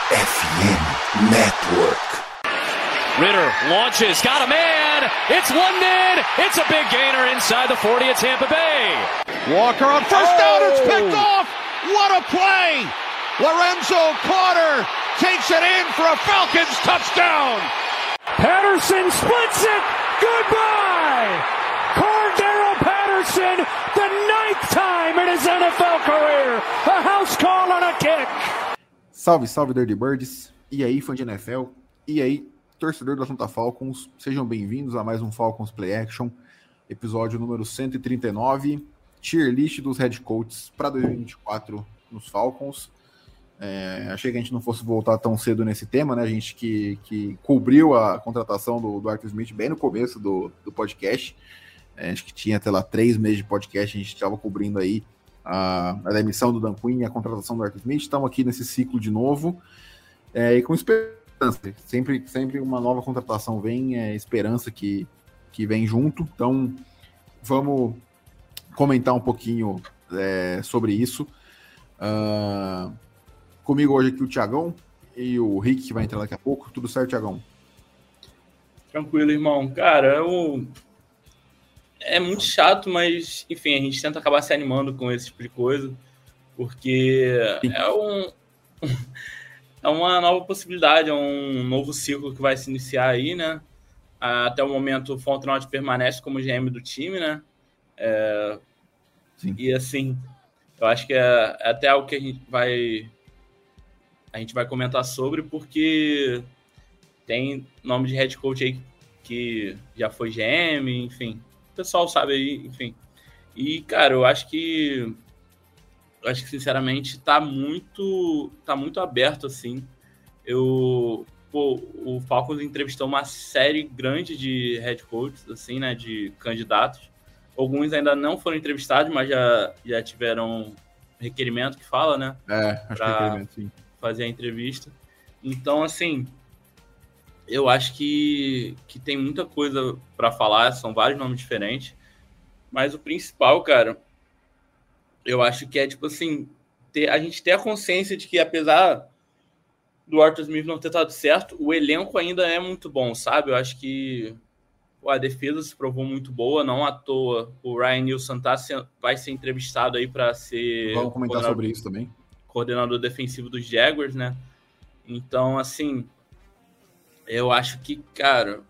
FM Network. Ritter launches, got a man, it's London, it's a big gainer inside the 40 at Tampa Bay. Walker on first down, it's picked off, what a play! Lorenzo Carter takes it in for a Falcons touchdown! Patterson splits it, goodbye! Cordero Patterson, the 9th time in his NFL career, a house call on a kick! Salve, salve Dirty Birds, e aí fã de NFL, e aí torcedor da Atlanta Falcons, sejam bem-vindos a mais um Falcons Play Action, episódio número 139, tier list dos head coaches para 2024 nos Falcons. Achei que a gente não fosse voltar tão cedo nesse tema, né? A gente que cobriu a contratação do Arthur Smith bem no começo do podcast. Acho que tinha até lá 3 meses de podcast, a gente estava cobrindo aí a demissão do Dan Quinn e a contratação do Arthur Smith. Estamos aqui nesse ciclo de novo, e com esperança. Sempre uma nova contratação vem, esperança que vem junto. Então, vamos comentar um pouquinho sobre isso. Comigo hoje aqui o Thiagão e o Rick, que vai entrar daqui a pouco. Tudo certo, Thiagão? Tranquilo, irmão. Cara, é muito chato, mas, enfim, a gente tenta acabar se animando com esse tipo de coisa, porque é uma nova possibilidade, é um novo ciclo que vai se iniciar aí, né? Até o momento, o Fontenot permanece como GM do time, né? E, assim, eu acho que é até algo que a gente vai comentar sobre, porque tem nome de head coach aí que já foi GM, enfim. O pessoal sabe aí, enfim. E, cara, eu acho que sinceramente tá muito aberto, assim. O Falcons entrevistou uma série grande de head coaches, assim, né, de candidatos. Alguns ainda não foram entrevistados, mas já tiveram requerimento que fala, né? Acho que requerimento, sim. Fazer a entrevista. Então, assim, eu acho que tem muita coisa para falar, são vários nomes diferentes, mas o principal, cara, eu acho que é, tipo assim, a gente ter a consciência de que, apesar do Arthur Smith não ter dado certo, o elenco ainda é muito bom, sabe? Eu acho que a defesa se provou muito boa, não à toa. O Ryan Nielsen vai ser entrevistado aí para ser... Vamos comentar sobre isso também. Coordenador defensivo dos Jaguars, né? Então, assim, eu acho que, cara,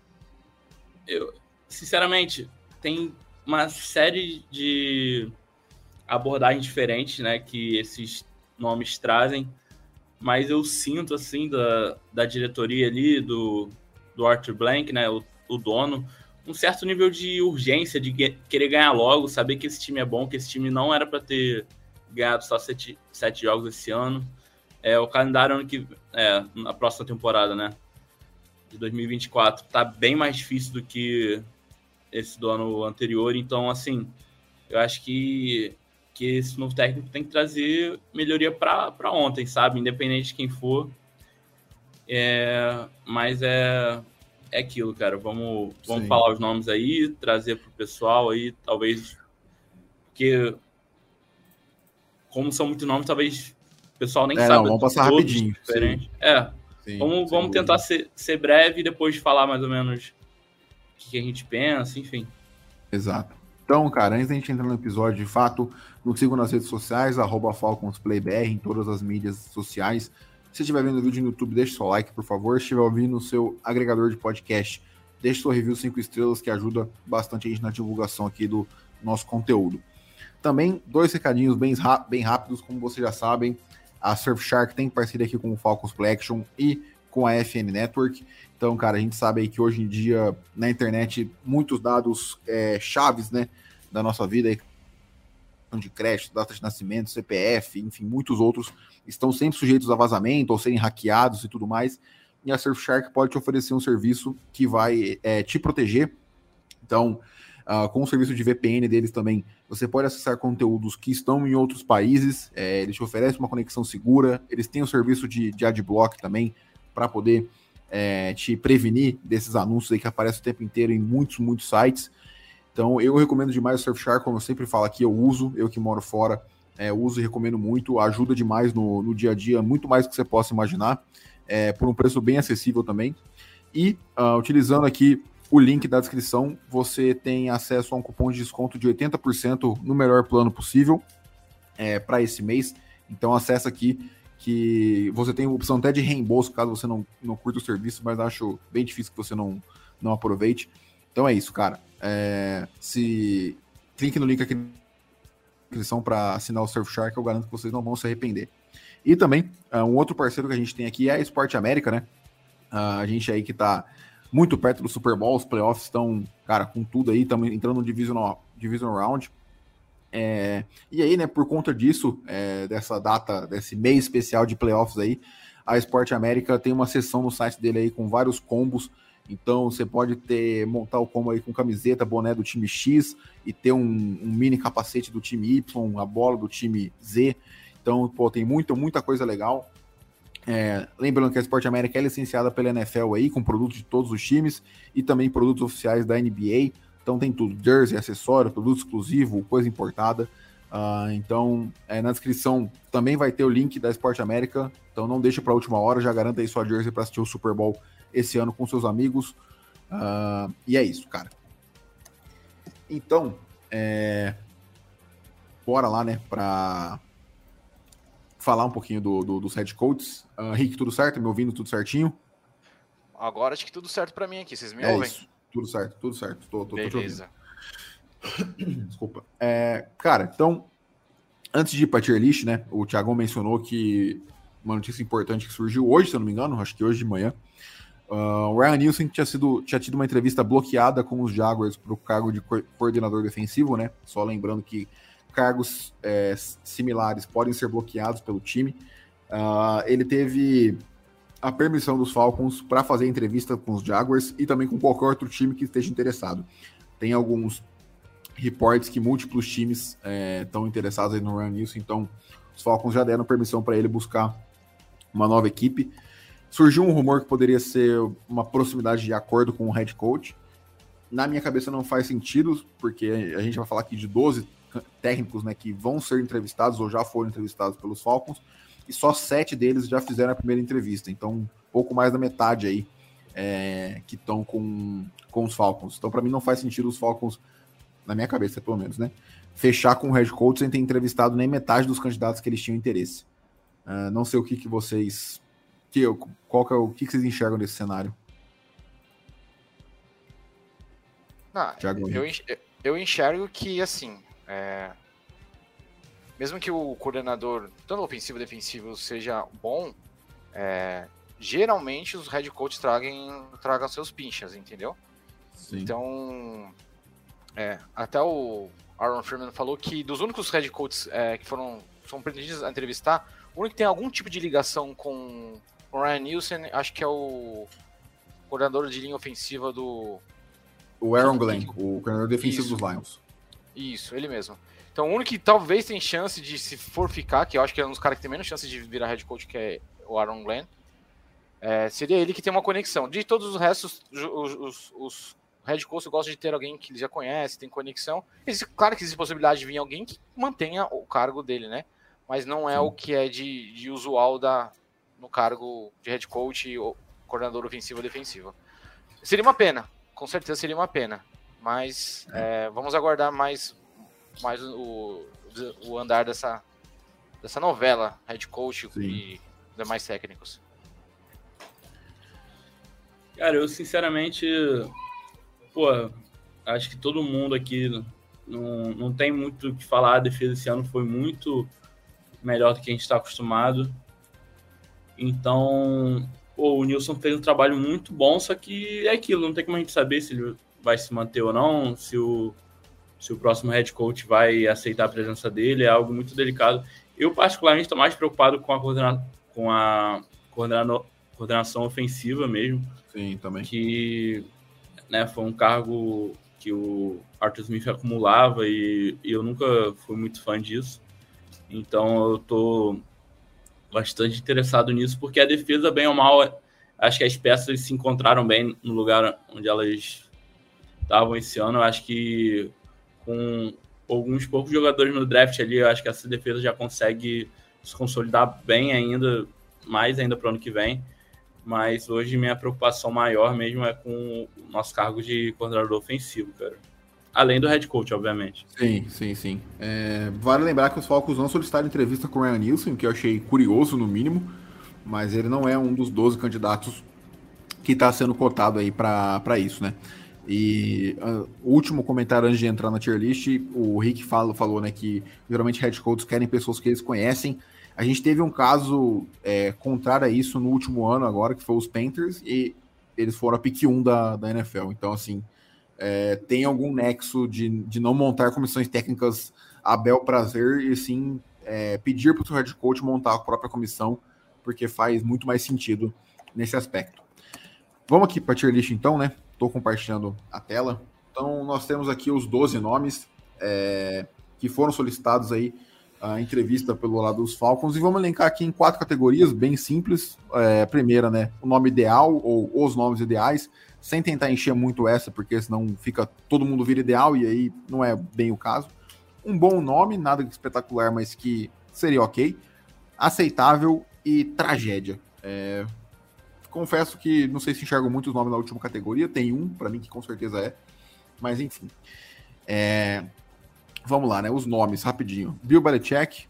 sinceramente, tem uma série de abordagens diferentes, né, que esses nomes trazem, mas eu sinto, assim, da diretoria ali, do Arthur Blank, né, o dono, um certo nível de urgência, de querer ganhar logo, saber que esse time é bom, que esse time não era para ter ganhado só 7 jogos esse ano. O calendário na próxima temporada, né, de 2024, tá bem mais difícil do que esse do ano anterior. Então, assim, eu acho que esse novo técnico tem que trazer melhoria para ontem, sabe? Independente de quem for. Mas é aquilo, cara. Vamos falar os nomes aí, trazer pro pessoal aí, talvez, porque como são muitos nomes, talvez o pessoal nem saiba. Vamos passar rapidinho. Sim, vamos tentar ser breve e depois falar mais ou menos o que a gente pensa, enfim. Exato. Então, cara, antes da gente entrar no episódio, de fato, nos sigam nas redes sociais, @FalconsPlayBR, em todas as mídias sociais. Se estiver vendo o vídeo no YouTube, deixe seu like, por favor. Se estiver ouvindo no seu agregador de podcast, deixe sua review 5 estrelas, que ajuda bastante a gente na divulgação aqui do nosso conteúdo. Também, 2 recadinhos bem rápidos, como vocês já sabem, a Surfshark tem parceria aqui com o Falcons Play Action e com a FN Network. Então, cara, a gente sabe aí que hoje em dia, na internet, muitos dados chaves, né, da nossa vida, aí, de crédito, data de nascimento, CPF, enfim, muitos outros, estão sempre sujeitos a vazamento ou serem hackeados e tudo mais. E a Surfshark pode te oferecer um serviço que vai te proteger. Então, com o serviço de VPN deles também, você pode acessar conteúdos que estão em outros países. Eles te oferecem uma conexão segura. Eles têm o serviço de adblock também, para poder te prevenir desses anúncios aí que aparecem o tempo inteiro em muitos sites. Então, eu recomendo demais o Surfshark, como eu sempre falo aqui, eu uso, eu que moro fora, uso e recomendo muito, ajuda demais no dia a dia, muito mais do que você possa imaginar, por um preço bem acessível também. E utilizando aqui o link da descrição, você tem acesso a um cupom de desconto de 80% no melhor plano possível para esse mês. Então acessa aqui, que você tem a opção até de reembolso caso você não curta o serviço, mas acho bem difícil que você não aproveite. Então é isso, cara. Clique no link aqui na descrição para assinar o Surfshark, eu garanto que vocês não vão se arrepender. E também, um outro parceiro que a gente tem aqui é a Esporte América, né? A gente aí que tá muito perto do Super Bowl, os playoffs estão, cara, com tudo aí, estamos entrando no Division Round. E aí, né, por conta disso, dessa data, desse mês especial de playoffs aí, a Esporte América tem uma seção no site dele aí com vários combos. Então você pode montar o combo aí com camiseta, boné do time X e ter um mini capacete do time Y, a bola do time Z. Então, tem muita coisa legal. Lembrando que a Esporte América é licenciada pela NFL aí, com produtos de todos os times e também produtos oficiais da NBA. Então tem tudo, jersey, acessório, produto exclusivo, coisa importada. Então, na descrição também vai ter o link da Esporte América. Então não deixa para a última hora, já garanta aí sua jersey para assistir o Super Bowl esse ano com seus amigos. E é isso, cara. Então, bora lá, né, para falar um pouquinho dos head coaches. Rick, tudo certo? Me ouvindo tudo certinho? Agora acho que tudo certo para mim aqui, vocês me ouvem? Isso. Tudo certo. Tô Beleza. Desculpa. Cara, então, antes de ir pra tier list, né, o Thiagão mencionou que uma notícia importante que surgiu hoje, se eu não me engano, acho que hoje de manhã, o Ryan Nielsen tinha tido uma entrevista bloqueada com os Jaguars para o cargo de coordenador defensivo, né, só lembrando que cargos similares podem ser bloqueados pelo time. Ele teve a permissão dos Falcons para fazer entrevista com os Jaguars e também com qualquer outro time que esteja interessado. Tem alguns reportes que múltiplos times estão interessados aí no Ryan Nielsen, então os Falcons já deram permissão para ele buscar uma nova equipe. Surgiu um rumor que poderia ser uma proximidade de acordo com o head coach. Na minha cabeça não faz sentido, porque a gente vai falar aqui de 12 técnicos, né, que vão ser entrevistados ou já foram entrevistados pelos Falcons, e só 7 deles já fizeram a primeira entrevista, então pouco mais da metade aí que estão com os Falcons. Então para mim não faz sentido os Falcons, na minha cabeça pelo menos, né, fechar com o head coach sem ter entrevistado nem metade dos candidatos que eles tinham interesse. Não sei o que vocês... o que vocês enxergam desse cenário? Eu enxergo que, assim, mesmo que o coordenador, tanto ofensivo e defensivo, seja bom, geralmente os head coaches tragam seus pinchas, entendeu? Sim. Então, até o Aaron Freeman falou que dos únicos head coaches que são pretendidos a entrevistar, o único que tem algum tipo de ligação com o Ryan Nielsen, acho que é o coordenador de linha ofensiva do... O Aaron Glenn, o coordenador defensivo dos Lions. Isso, ele mesmo. Então o único que talvez tem chance de, se for ficar, que eu acho que é um dos caras que tem menos chance de virar head coach, que é o Aaron Glenn, seria ele que tem uma conexão. De todos os restos, os head coach gostam de ter alguém que ele já conhece, tem conexão. Claro que existe possibilidade de vir alguém que mantenha o cargo dele, né? Mas não é Sim. o que é de usual no cargo de head coach ou coordenador ofensivo ou defensivo. Seria uma pena, com certeza seria uma pena. Mas vamos aguardar mais o andar dessa novela, head coach Sim. e demais técnicos. Cara, eu sinceramente, acho que todo mundo aqui não tem muito o que falar. A defesa esse ano foi muito melhor do que a gente está acostumado. Então, o Nielsen fez um trabalho muito bom, só que é aquilo, não tem como a gente saber se ele vai se manter ou não, se o próximo head coach vai aceitar a presença dele, é algo muito delicado. Eu, particularmente, estou mais preocupado com a coordenação ofensiva mesmo. Sim, também. Que foi um cargo que o Arthur Smith acumulava e eu nunca fui muito fã disso. Então, eu estou bastante interessado nisso, porque a defesa, bem ou mal, acho que as peças se encontraram bem no lugar onde elas estavam esse ano. Eu acho que com alguns poucos jogadores no draft ali, eu acho que essa defesa já consegue se consolidar bem ainda, mais ainda para o ano que vem. Mas hoje minha preocupação maior mesmo é com o nosso cargo de coordenador ofensivo, cara. Além do head coach, obviamente. Sim. Vale lembrar que os Falcons não solicitaram entrevista com o Ryan Nielsen, que eu achei curioso, no mínimo, mas ele não é um dos 12 candidatos que está sendo cotado aí para isso, né? E o último comentário antes de entrar na tier list, o Rick falou, né, que geralmente head coaches querem pessoas que eles conhecem. A gente teve um caso contrário a isso no último ano agora, que foi os Panthers, e eles foram a pick 1 da NFL. Então, assim, tem algum nexo de não montar comissões técnicas a bel prazer, e sim pedir para o seu head coach montar a própria comissão, porque faz muito mais sentido nesse aspecto. Vamos aqui para a tier list então, né? Estou compartilhando a tela. Então, nós temos aqui os 12 nomes que foram solicitados aí a entrevista pelo lado dos Falcons, e vamos elencar aqui em 4 categorias bem simples. Primeira, né, o nome ideal ou os nomes ideais, sem tentar encher muito essa, porque senão todo mundo vira ideal e aí não é bem o caso. Um bom nome, nada espetacular, mas que seria ok, aceitável e tragédia. Confesso que não sei se enxergo muitos nomes na última categoria, tem um para mim que com certeza mas enfim. Vamos lá, né? Os nomes, rapidinho. Bill Belichick,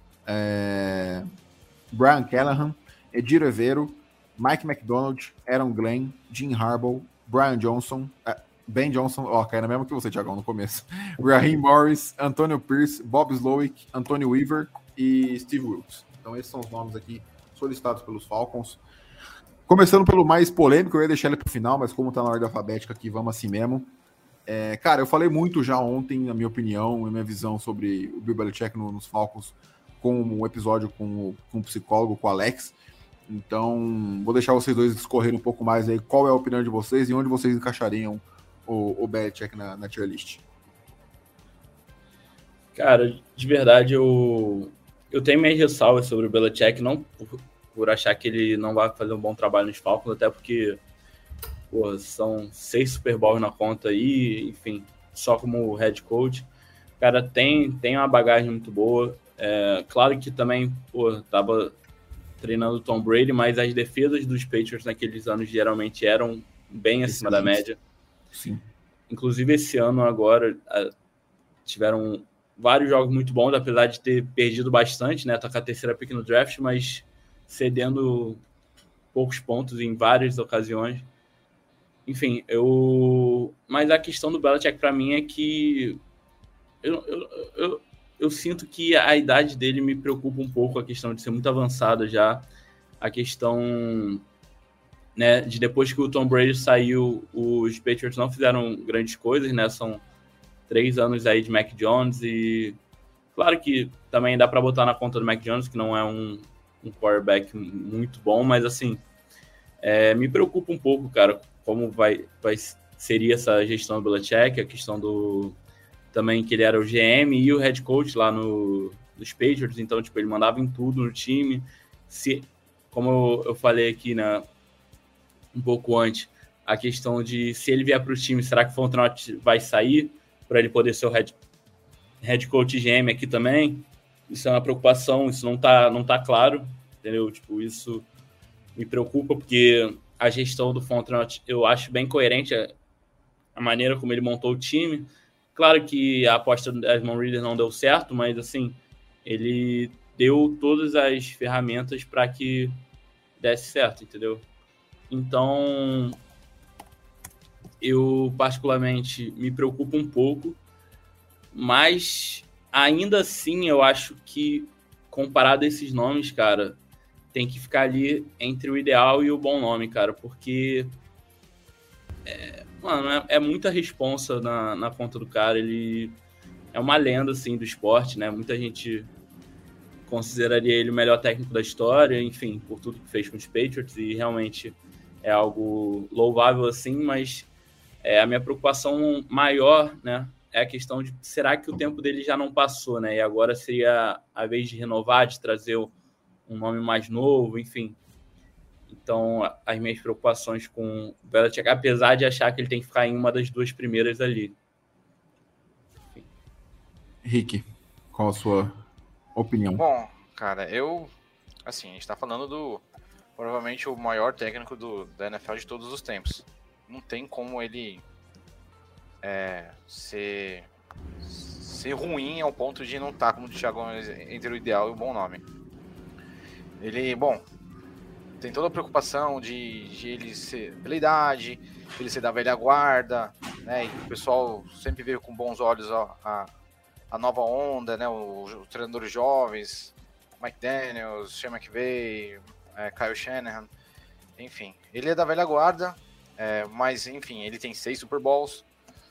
Brian Callahan, Edir Evero, Mike McDonald, Aaron Glenn, Jim Harbaugh, Ben Johnson, cai na mesma que você, Thiagão, no começo. Raheem Morris, Antonio Pierce, Bob Slowick, Anthony Weaver e Steve Wilkes. Então esses são os nomes aqui solicitados pelos Falcons. Começando pelo mais polêmico, eu ia deixar ele pro final, mas como tá na ordem alfabética aqui, vamos assim mesmo. Cara, eu falei muito já ontem, na minha opinião, na minha visão sobre o Bill Belichick nos Falcons, com um episódio com um psicólogo, com o Alex. Então, vou deixar vocês dois discorrerem um pouco mais aí qual é a opinião de vocês e onde vocês encaixariam o Belichick na tier list. Cara, de verdade, eu tenho minhas ressalvas sobre o Belichick, não por achar que ele não vai fazer um bom trabalho nos Falcons, até porque são 6 Super Bowls na conta aí, enfim, só como head coach. O cara tem uma bagagem muito boa. Claro que também, tava treinando o Tom Brady, mas as defesas dos Patriots naqueles anos geralmente eram bem acima da média. Sim. Inclusive esse ano agora tiveram vários jogos muito bons, apesar de ter perdido bastante, né? Tá com a terceira pick no draft, mas cedendo poucos pontos em várias ocasiões. Enfim, mas a questão do Belichick para mim é que eu sinto que a idade dele me preocupa um pouco, a questão de ser muito avançada já, a questão, né, de depois que o Tom Brady saiu, os Patriots não fizeram grandes coisas, né, são 3 anos aí de Mac Jones e claro que também dá para botar na conta do Mac Jones, que não é um quarterback muito bom, mas assim, me preocupa um pouco, cara, como seria essa gestão do Belichick, a questão também que ele era o GM e o head coach lá nos Patriots, então, tipo, ele mandava em tudo no time. Como eu falei aqui, né, um pouco antes, a questão de se ele vier para o time, será que o Fontenot vai sair para ele poder ser o head coach GM aqui também? Isso é uma preocupação, isso não tá claro, entendeu? Tipo, isso me preocupa, porque a gestão do Fontenot eu acho bem coerente, a maneira como ele montou o time. Claro que a aposta do Desmond Ridder não deu certo, mas assim, ele deu todas as ferramentas para que desse certo, entendeu? Então, eu particularmente me preocupo um pouco, mas ainda assim eu acho que, comparado a esses nomes, cara, tem que ficar ali entre o ideal e o bom nome, cara, porque mano, é muita responsa na conta do cara. Ele é uma lenda, assim, do esporte, né? Muita gente consideraria ele o melhor técnico da história, enfim, por tudo que fez com os Patriots, e realmente é algo louvável, assim, mas a minha preocupação maior, né, é a questão de, será que o tempo dele já não passou, né? E agora seria a vez de renovar, de trazer um nome mais novo, enfim. Então, as minhas preocupações com o Belichick, apesar de achar que ele tem que ficar em uma das 2 primeiras ali. Enfim. Rick, qual a sua opinião? Bom, cara, assim, a gente tá falando provavelmente o maior técnico da NFL de todos os tempos. Não tem como ele ser ruim ao ponto de não estar, como o Thiago, entre o ideal e o bom nome. Ele, bom, tem toda a preocupação de ele ser pela idade, ele ser da velha guarda, né? E o pessoal sempre vê com bons olhos a nova onda, né? Os treinadores jovens, Mike Daniels, Sean McVay, Kyle Shanahan, enfim. Ele é da velha guarda, mas, enfim, ele tem 6 Super Bowls,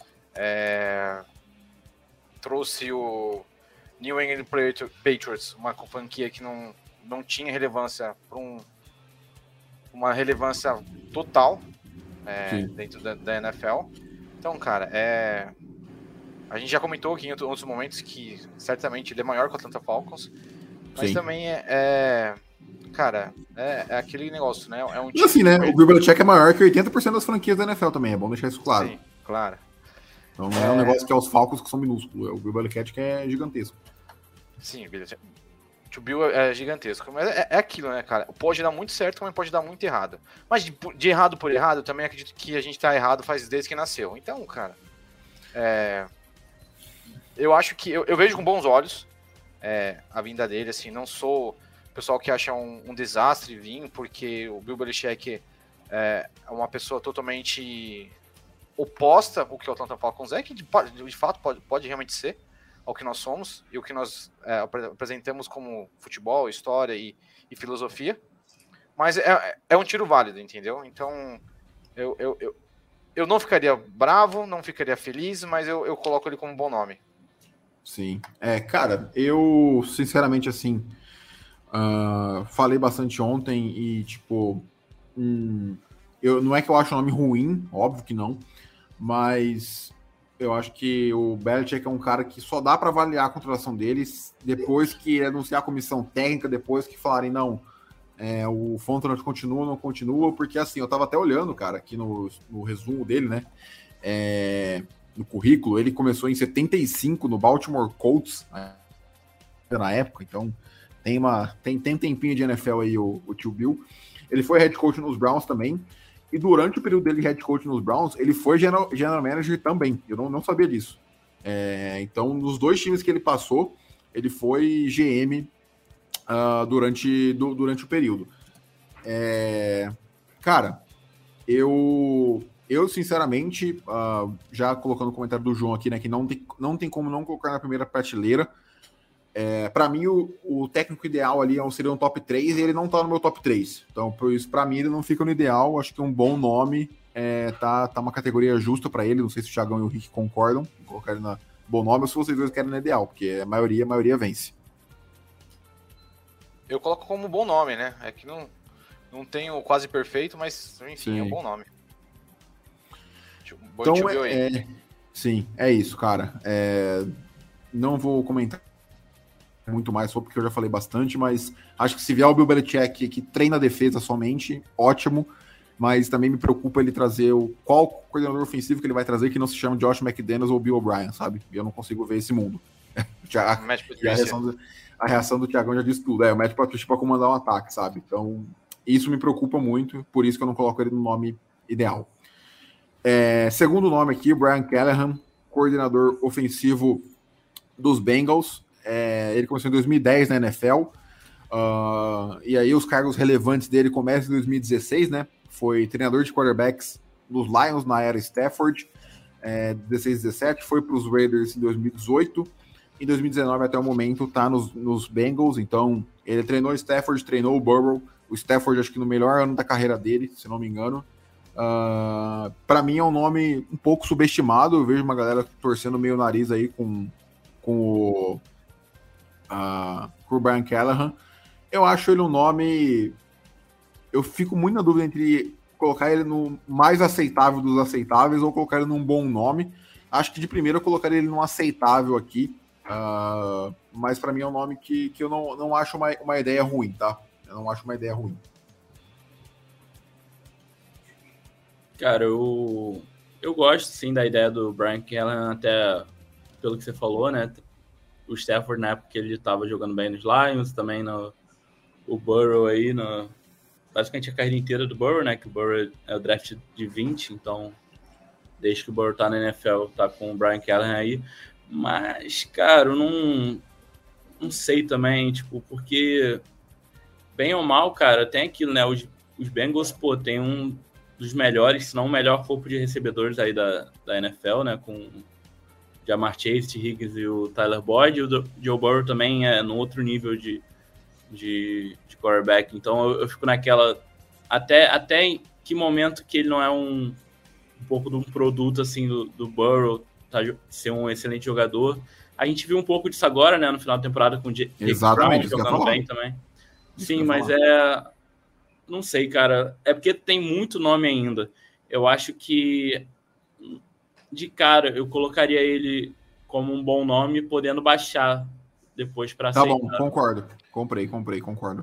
trouxe o New England Patriots, uma franquia que não tinha relevância para uma relevância total dentro da NFL. Então, cara, a gente já comentou aqui em outros momentos que certamente ele é maior que o Atlanta Falcons, mas também cara, é aquele negócio, né? É um e assim, né? O Bill Belichick é maior que 80% das franquias da NFL também, é bom deixar isso claro. Sim, claro. Então não é um negócio que é os Falcons que são minúsculos, é o Bill Belichick que é gigantesco. Sim, o Bill é gigantesco, mas é aquilo, né, cara? Pode dar muito certo, mas pode dar muito errado. Mas de errado por errado, eu também acredito que a gente tá errado faz desde que nasceu. Então, cara, eu acho que eu vejo com bons olhos a vinda dele, assim, não sou o pessoal que acha um desastre vir, porque o Bill Belichick é uma pessoa totalmente oposta ao que o Atlanta Falcons que de fato pode realmente ser ao que nós somos e o que nós apresentamos como futebol, história e filosofia, mas é um tiro válido, entendeu? Então eu não ficaria bravo, não ficaria feliz, mas eu coloco ele como um bom nome. Sim, cara, eu sinceramente assim falei bastante ontem e tipo não é que eu acho o nome ruim, óbvio que não, mas eu acho que o Belichick é um cara que só dá para avaliar a contratação deles depois que anunciar a comissão técnica, depois que falarem, não, o Fontenot continua ou não continua, porque assim, eu tava até olhando, cara, aqui no resumo dele, né, no currículo, ele começou em 75 no Baltimore Colts, na época, então tem um tempinho de NFL aí o tio Bill. Ele foi head coach nos Browns também, e durante o período dele de head coach nos Browns, ele foi general manager também. Eu não sabia disso. Então, nos 2 times que ele passou, ele foi GM durante o período. Cara, eu sinceramente, já colocando o comentário do João aqui, né, que não tem como não colocar na primeira prateleira. Para mim, o técnico ideal ali seria um top 3 e ele não tá no meu top 3. Então, por isso, para mim, ele não fica no ideal. Acho que um bom nome tá uma categoria justa para ele. Não sei se o Thiagão e o Rick concordam. Vou colocar ele na bom nome ou se vocês dois querem no ideal, porque a maioria vence. Eu coloco como bom nome, né? É que não tem o quase perfeito, mas enfim, sim, é um bom nome. Então, sim, é isso, cara. Não vou comentar muito mais sobre, porque eu já falei bastante, mas acho que se vier o Bill Belichick que treina a defesa somente, ótimo, mas também me preocupa ele trazer qual coordenador ofensivo que ele vai trazer que não se chama Josh McDaniels ou Bill O'Brien, sabe? E eu não consigo ver esse mundo. A reação do Thiagão já disse tudo, o Matt Patricia para comandar um ataque, sabe? Então, isso me preocupa muito, por isso que eu não coloco ele no nome ideal. Segundo nome aqui, Brian Callahan, coordenador ofensivo dos Bengals. Ele começou em 2010 na NFL, e aí os cargos relevantes dele começam em 2016, né? Foi treinador de quarterbacks dos Lions na era Stafford, 16-17, foi para os Raiders em 2018, em 2019 até o momento tá nos Bengals, então ele treinou o Stafford, treinou o Burrow, o Stafford acho que no melhor ano da carreira dele, se não me engano. Para mim é um nome um pouco subestimado, eu vejo uma galera torcendo meio o nariz aí com o Brian Callahan. Eu acho ele um nome, eu fico muito na dúvida entre colocar ele no mais aceitável dos aceitáveis ou colocar ele num bom nome. Acho que de primeiro eu colocaria ele num aceitável aqui, mas para mim é um nome que eu não acho uma ideia ruim, tá? Eu não acho uma ideia ruim. Cara, eu gosto sim da ideia do Brian Callahan, até pelo que você falou, né? o Stafford na época que ele estava jogando bem nos Lions, também o Burrow aí, basicamente a carreira inteira do Burrow, né? Que o Burrow é o draft de 20, então desde que o Burrow tá na NFL, tá com o Brian Callahan aí. Mas, cara, eu não sei também, tipo, porque bem ou mal, cara, tem aquilo, né? Os Bengals, pô, tem um dos melhores, se não o melhor corpo de recebedores aí da NFL, né? Com o Ja'Marr Chase, T. Higgins e o Tyler Boyd. E o Joe Burrow também é no outro nível de quarterback. Então eu fico naquela... Até em que momento que ele não é um pouco de um produto, assim, do Burrow, tá, ser um excelente jogador. A gente viu um pouco disso agora, né? No final da temporada com o Jake Brown jogando bem também. Sim, mas não sei, cara. É porque tem muito nome ainda. Eu acho que, de cara, eu colocaria ele como um bom nome, podendo baixar depois para aceitar. Tá bom, concordo. Comprei, concordo.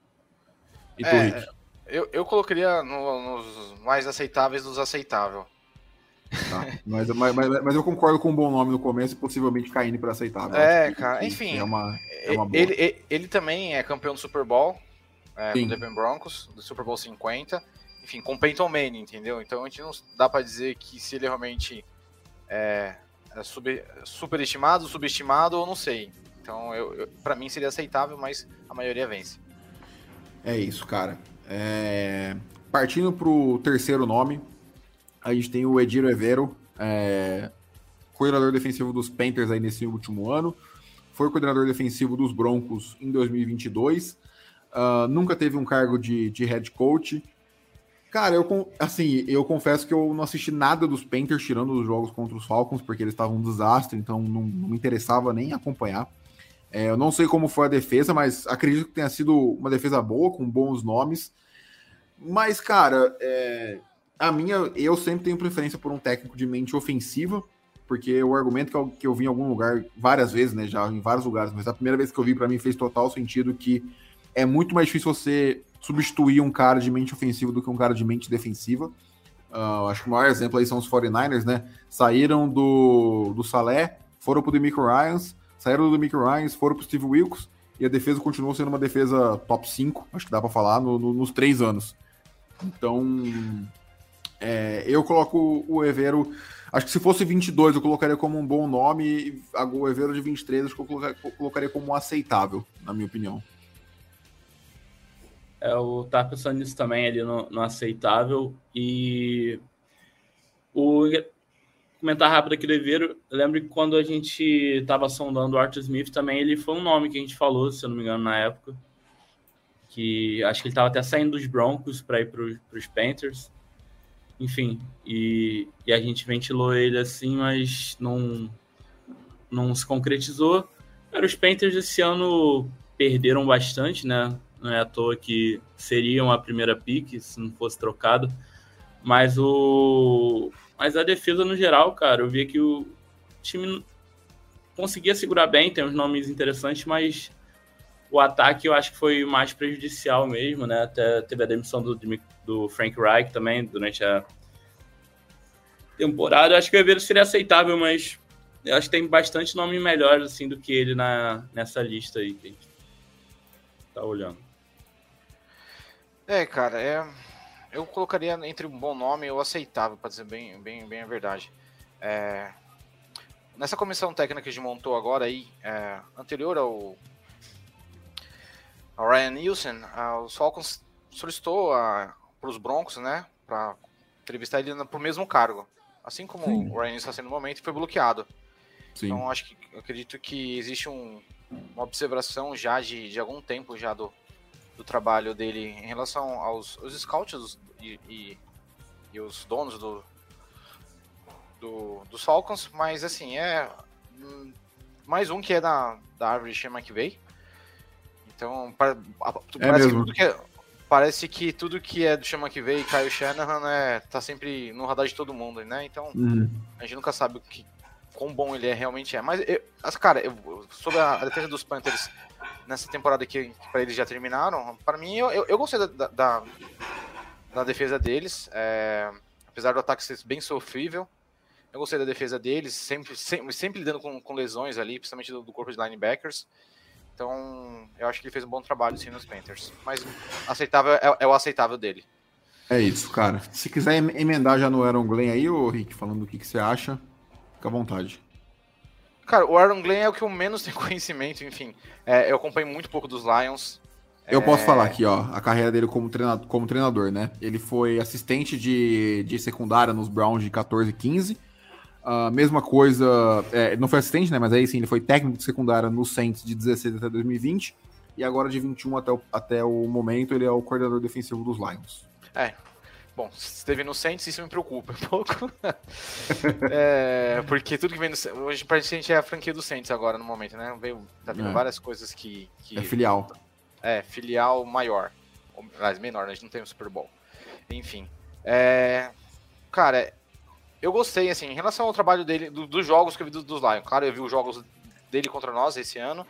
E tu, Rick? Eu colocaria nos mais aceitáveis dos aceitáveis. Tá. Mas eu concordo com um bom nome no começo e possivelmente caindo para aceitável. Cara, enfim. É uma boa. Ele também é campeão do Super Bowl, com o Denver Broncos, do Super Bowl 50. Enfim, com o Peyton Manning, entendeu? Então a gente não dá para dizer que se ele realmente é superestimado, subestimado, ou não sei. Então, para mim seria aceitável, mas a maioria vence. É isso, cara. Partindo pro terceiro nome, a gente tem o Ejiro Evero, coordenador defensivo dos Panthers aí nesse último ano. Foi coordenador defensivo dos Broncos em 2022. Nunca teve um cargo de head coach. Cara, eu confesso que eu não assisti nada dos Panthers, tirando os jogos contra os Falcons, porque eles estavam um desastre, então não me interessava nem acompanhar. Eu não sei como foi a defesa, mas acredito que tenha sido uma defesa boa, com bons nomes. Mas, cara, eu sempre tenho preferência por um técnico de mente ofensiva, porque o argumento que eu vi em algum lugar, várias vezes, né, já em vários lugares, mas a primeira vez que eu vi, para mim, fez total sentido que é muito mais difícil você substituir um cara de mente ofensiva do que um cara de mente defensiva. Acho que o maior exemplo aí são os 49ers, né? Saíram do Saleh, foram pro DeMeco Ryans, saíram do DeMeco Ryans, foram pro Steve Wilkes, e a defesa continuou sendo uma defesa top 5, acho que dá para falar, nos 3 anos. Então, eu coloco o Evero... Acho que se fosse 22, eu colocaria como um bom nome, e o Evero de 23, acho que eu colocaria como aceitável, na minha opinião. Eu tava pensando nisso também, ali no aceitável. E comentar rápido aqui do Evero, eu lembro que quando a gente tava sondando o Arthur Smith também, ele foi um nome que a gente falou, se eu não me engano, na época. Que acho que ele tava até saindo dos Broncos para ir pros Panthers. Enfim, e a gente ventilou ele assim, mas não se concretizou. Cara, os Panthers esse ano perderam bastante, né? Não é à toa que seriam a primeira pick se não fosse trocado. Mas a defesa no geral, cara, eu via que o time conseguia segurar bem, tem uns nomes interessantes, mas o ataque eu acho que foi mais prejudicial mesmo, né? Até teve a demissão do Frank Reich também durante a temporada. Eu acho que o Evero seria aceitável, mas eu acho que tem bastante nome melhor assim, do que ele nessa lista aí que a gente tá olhando. Cara, eu colocaria entre um bom nome e o aceitável, para dizer bem a verdade. Nessa comissão técnica que a gente montou agora aí, anterior ao Ryan Nielsen, os Falcons solicitou para os Broncos, né, para entrevistar ele pro mesmo cargo, assim como o Ryan Nielsen está sendo no momento, foi bloqueado. Sim. Então eu acredito que existe uma observação já de algum tempo já do trabalho dele em relação aos scouts e os donos dos Falcons, mas assim, mais um que é da árvore de Sean McVay. Então, parece que tudo que é do Sean McVay e Kyle Shanahan tá sempre no radar de todo mundo, né? Então, a gente nunca sabe quão bom ele realmente é. Mas, cara, sobre a defesa dos Panthers nessa temporada que para eles já terminaram, para mim, eu gostei da defesa deles, apesar do ataque ser bem sofrível. Eu gostei da defesa deles, sempre lidando com lesões ali, principalmente do corpo de linebackers. Então, eu acho que ele fez um bom trabalho, sim, nos Panthers. Mas aceitável é o aceitável dele. É isso, cara. Se quiser emendar já no Aaron Glenn aí, ô Rick, falando o que você acha, fica à vontade. Cara, o Aaron Glenn é o que eu menos tenho conhecimento, enfim. Eu acompanho muito pouco dos Lions. Eu posso falar aqui, ó, a carreira dele como treinador, né? Ele foi assistente de secundária nos Browns de 14 e 15. Mesma coisa, não foi assistente, né? Mas aí sim, ele foi técnico de secundária no Saints de 16 até 2020. E agora de 21 até o momento, ele é o coordenador defensivo dos Lions. Bom, se esteve no Saints, isso me preocupa um pouco. Porque tudo que vem do hoje pra gente é a franquia do Saints agora no momento, né? Tá vendo várias coisas que... É filial. Filial maior. Aliás, menor, né? A gente não tem um Super Bowl. Enfim. Cara, eu gostei, assim, em relação ao trabalho dele, dos jogos que eu vi dos Lions. Claro, eu vi os jogos dele contra nós esse ano.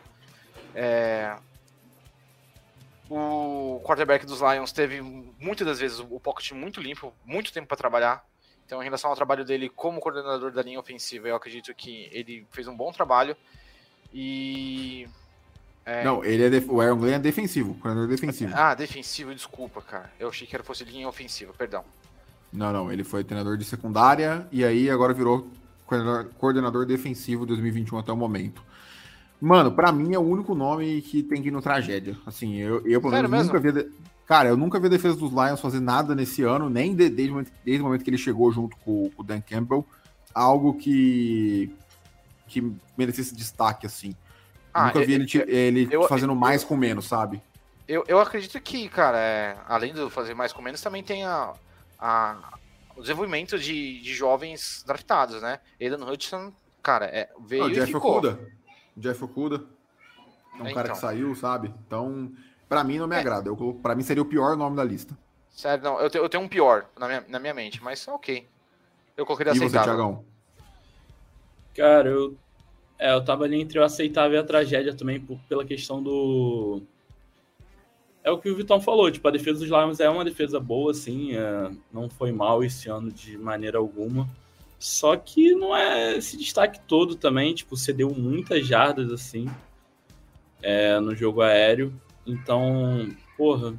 O quarterback dos Lions teve muitas das vezes o pocket muito limpo, muito tempo para trabalhar. Então, em relação ao trabalho dele como coordenador da linha ofensiva, eu acredito que ele fez um bom trabalho. E... Não, o Aaron Glenn é defensivo, coordenador defensivo. Defensivo, desculpa, cara. Eu achei que fosse linha ofensiva, perdão. Não, ele foi treinador de secundária e aí agora virou coordenador defensivo 2021 até o momento. Mano, pra mim é o único nome que tem que ir no tragédia. Assim, eu pelo menos nunca vi... Cara, eu nunca vi a defesa dos Lions fazer nada nesse ano, nem desde o momento que ele chegou junto com o Dan Campbell. Algo que merecesse destaque, assim. Nunca vi ele fazendo mais com menos, sabe? Eu acredito que, cara, além de fazer mais com menos, também tem o desenvolvimento de jovens draftados, né? Aidan Hutchinson, cara, veio e ficou. Jeff Okuda é um cara que saiu, sabe? Então, pra mim não me agrada. Pra mim seria o pior nome da lista. Sério, não. Eu tenho um pior na minha mente, mas ok. Eu coloquei aceitável. E você, Thiagão? Cara, eu tava ali entre o aceitável e a tragédia também, pela questão do... É o que o Vitão falou, tipo, a defesa dos Lions é uma defesa boa, assim, não foi mal esse ano de maneira alguma. Só que não é esse destaque todo também, tipo, cedeu muitas jardas, assim, no jogo aéreo. Então, porra,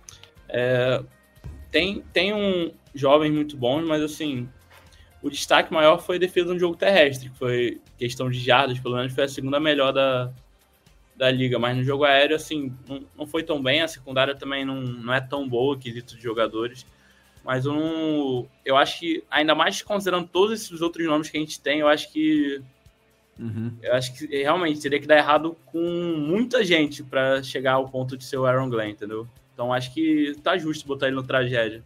tem jovens muito bons, mas, assim, o destaque maior foi a defesa no jogo terrestre, que foi questão de jardas, pelo menos foi a segunda melhor da liga. Mas no jogo aéreo, assim, não foi tão bem, a secundária também não é tão boa, quesito de jogadores. Mas eu acho que, ainda mais considerando todos esses outros nomes que a gente tem, eu acho que realmente teria que dar errado com muita gente para chegar ao ponto de ser o Aaron Glenn, entendeu? Então acho que tá justo botar ele no tragédia.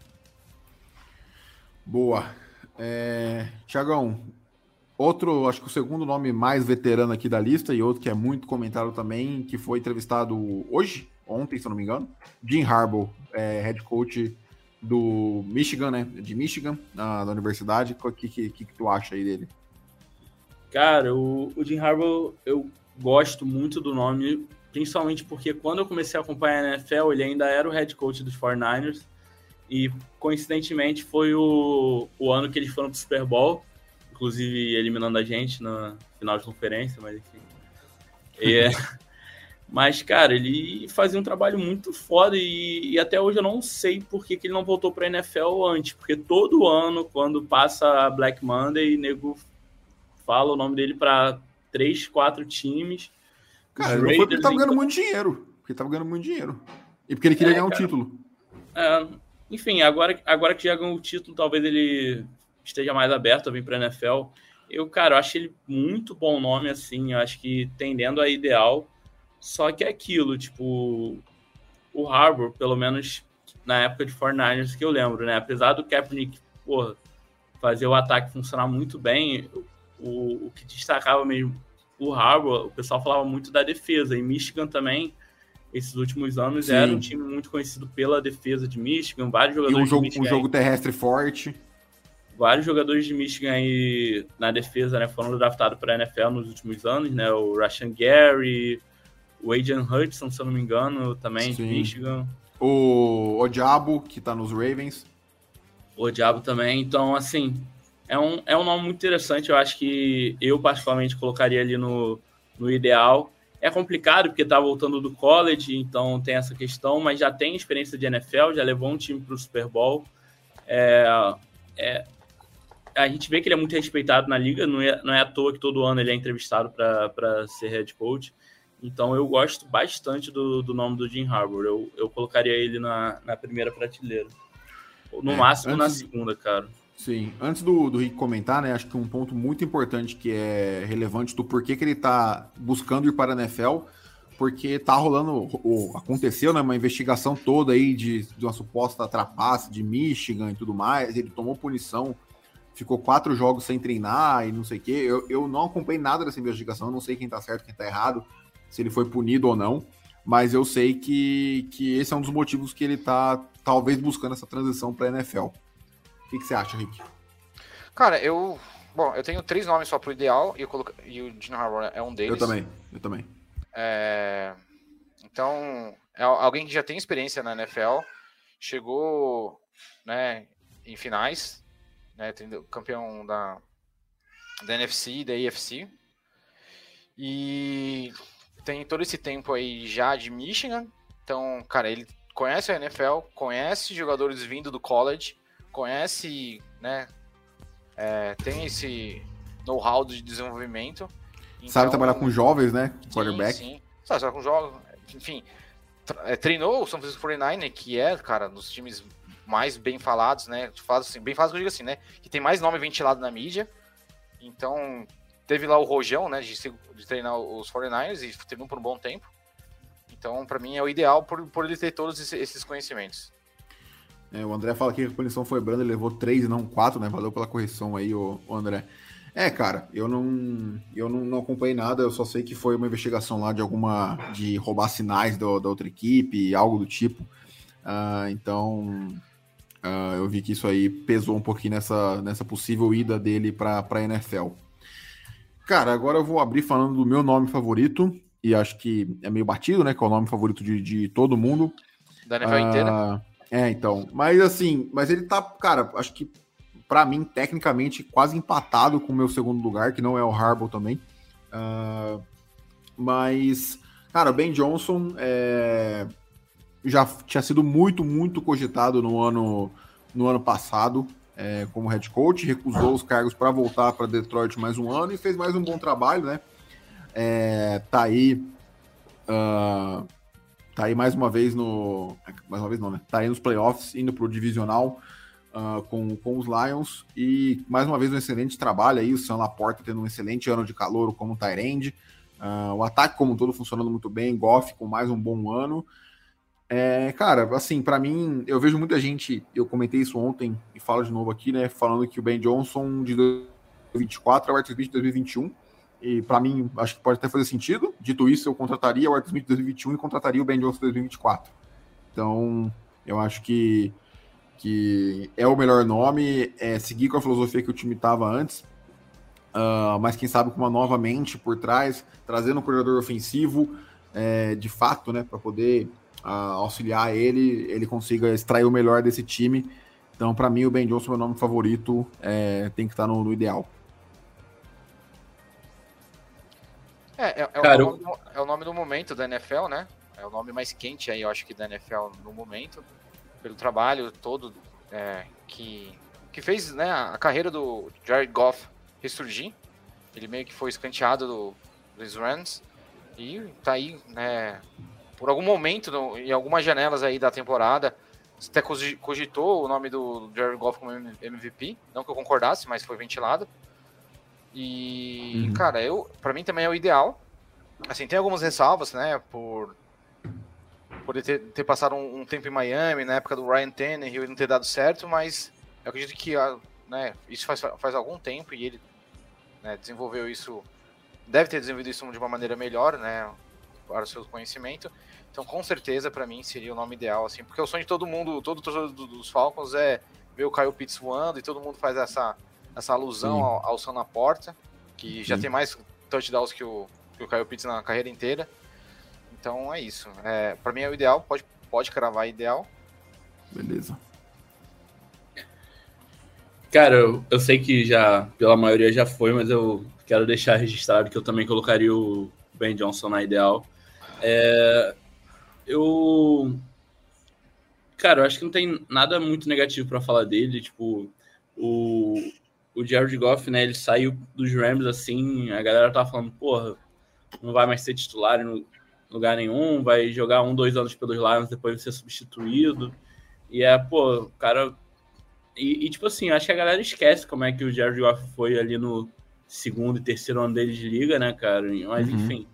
Boa. Thiagão, outro, acho que o segundo nome mais veterano aqui da lista e outro que é muito comentado também, que foi entrevistado ontem, se eu não me engano, Jim Harbaugh, head coach do Michigan, né? De Michigan, da universidade. O que tu acha aí dele? Cara, o Jim Harbaugh, eu gosto muito do nome, principalmente porque quando eu comecei a acompanhar a NFL, ele ainda era o head coach dos 49ers e, coincidentemente, foi o ano que eles foram pro Super Bowl, inclusive eliminando a gente na final de conferência, mas enfim. Mas, cara, ele fazia um trabalho muito foda e até hoje eu não sei por que ele não voltou pra NFL antes, porque todo ano, quando passa a Black Monday, o nego fala o nome dele pra 3, 4 times. Cara, não foi porque tava ganhando muito dinheiro. E porque ele queria ganhar um título. Enfim, agora que já ganhou o título, talvez ele esteja mais aberto a vir pra NFL. Eu acho ele muito bom nome, assim, eu acho que tendendo a ideal. Só que é aquilo, tipo, o Harbaugh, pelo menos na época de 49ers que eu lembro, né? Apesar do Kaepernick, fazer o ataque funcionar muito bem, o que destacava mesmo o Harbaugh, o pessoal falava muito da defesa. Em Michigan também, esses últimos anos, era um time muito conhecido pela defesa de Michigan, vários jogadores de Michigan. Um jogo terrestre forte. Vários jogadores de Michigan aí na defesa, né, foram draftados para a NFL nos últimos anos, né? O Rashan Gary, o Aidan Hutchinson, se eu não me engano, também, de Michigan. O Diabo, que tá nos Ravens. O Diabo também. Então, assim, É um nome muito interessante, eu acho que eu particularmente colocaria ali no ideal. É complicado porque tá voltando do college, então tem essa questão, mas já tem experiência de NFL, já levou um time para o Super Bowl. A gente vê que ele é muito respeitado na liga, não é à toa que todo ano ele é entrevistado para ser head coach. Então eu gosto bastante do nome do Jim Harbaugh. Eu colocaria ele na primeira prateleira. No máximo na segunda, cara. Sim, antes do Rick comentar, né, acho que um ponto muito importante que é relevante do porquê que ele tá buscando ir para a NFL, porque tá rolando, aconteceu, né, uma investigação toda aí de uma suposta trapaça de Michigan e tudo mais, ele tomou punição, ficou 4 jogos sem treinar e não sei o quê. Eu não acompanhei nada dessa investigação, não sei quem tá certo, quem tá errado, se ele foi punido ou não, mas eu sei que esse é um dos motivos que ele tá talvez buscando essa transição para a NFL. O que você acha, Rick? Cara, eu tenho 3 nomes só pro ideal e o Jim Harbaugh é um deles. Eu também. Então, é alguém que já tem experiência na NFL, chegou, né, em finais, né, campeão da NFC e da AFC, e tem todo esse tempo aí já de Michigan. Então, cara, ele conhece a NFL, conhece jogadores vindo do college, conhece, né, tem esse know-how de desenvolvimento. Então, sabe trabalhar com jovens, né? Quarterback. Sim. Sabe trabalhar com jovens, enfim. Treinou o San Francisco 49ers, que é, cara, dos times mais bem falados, né? Assim, bem falados que eu digo assim, né? Que tem mais nome ventilado na mídia. Então, teve lá o rojão, né? De treinar os 49ers e treinou por um bom tempo. Então, pra mim, é o ideal por ele ter todos esses conhecimentos. O André fala que a punição foi branda, ele levou 3 e não 4, né? Valeu pela correção aí, o André. Cara, eu não acompanhei nada, eu só sei que foi uma investigação lá de roubar sinais da outra equipe, algo do tipo. Então, eu vi que isso aí pesou um pouquinho nessa possível ida dele pra NFL. Cara, agora eu vou abrir falando do meu nome favorito, e acho que é meio batido, né? Que é o nome favorito de todo mundo. Da NFL inteira. Então. Mas ele tá, cara, acho que pra mim, tecnicamente, quase empatado com o meu segundo lugar, que não é o Harbaugh também. Mas, cara, o Ben Johnson já tinha sido muito, muito cogitado no ano passado como head coach, recusou os cargos para voltar para Detroit mais um ano e fez mais um bom trabalho, né? Tá aí mais uma vez né? Tá aí nos playoffs, indo pro divisional com os Lions, e mais uma vez um excelente trabalho aí, o Sam Laporta tendo um excelente ano de calouro como tight end, o ataque como um todo funcionando muito bem, Goff com mais um bom ano. Cara, assim, pra mim, eu vejo muita gente, eu comentei isso ontem e falo de novo aqui, né, falando que o Ben Johnson de 2024 é o Arthur Smith de 2021, e pra mim, acho que pode até fazer sentido. Dito isso, eu contrataria o Arthur Smith de 2021 e contrataria o Ben Johnson de 2024. Então, eu acho que é o melhor nome, seguir com a filosofia que o time estava antes, mas quem sabe com uma nova mente por trás, trazendo um coordenador ofensivo, de fato, né, para poder auxiliar ele consiga extrair o melhor desse time. Então, para mim, o Ben Johnson, meu nome favorito, tem que estar no ideal. É o nome do momento da NFL, né? É o nome mais quente aí, eu acho que da NFL no momento, pelo trabalho todo que fez, né, a carreira do Jared Goff ressurgir. Ele meio que foi escanteado dos Rams e tá aí, né, por algum momento, em algumas janelas aí da temporada, até cogitou o nome do Jared Goff como MVP, não que eu concordasse, mas foi ventilado. E, cara, pra mim também é o ideal. Assim, tem algumas ressalvas, né, por ele ter passado um tempo em Miami, na época do Ryan Tannehill, e não ter dado certo, mas eu acredito que, né, isso faz algum tempo e ele, né, deve ter desenvolvido isso de uma maneira melhor, né, para o seu conhecimento. Então, com certeza, para mim, seria o nome ideal, assim, porque o sonho de todo mundo, todo torcedor dos Falcons é ver o Kyle Pitts voando, e todo mundo faz essa alusão ao Sam Laporta, que já tem mais touchdowns que o Kyle Pitts na carreira inteira. Então é isso. Para mim é o ideal, pode cravar ideal. Beleza. Cara, eu sei que já, pela maioria já foi, mas eu quero deixar registrado que eu também colocaria o Ben Johnson na ideal. Cara, eu acho que não tem nada muito negativo para falar dele. Tipo, o Jared Goff, né, ele saiu dos Rams assim, a galera tava falando, porra, não vai mais ser titular em lugar nenhum, vai jogar 2 anos pelos Lions, depois ser substituído. E o cara... E tipo assim, acho que a galera esquece como é que o Jared Goff foi ali no 2º e 3º ano dele de liga, né, cara? Mas enfim,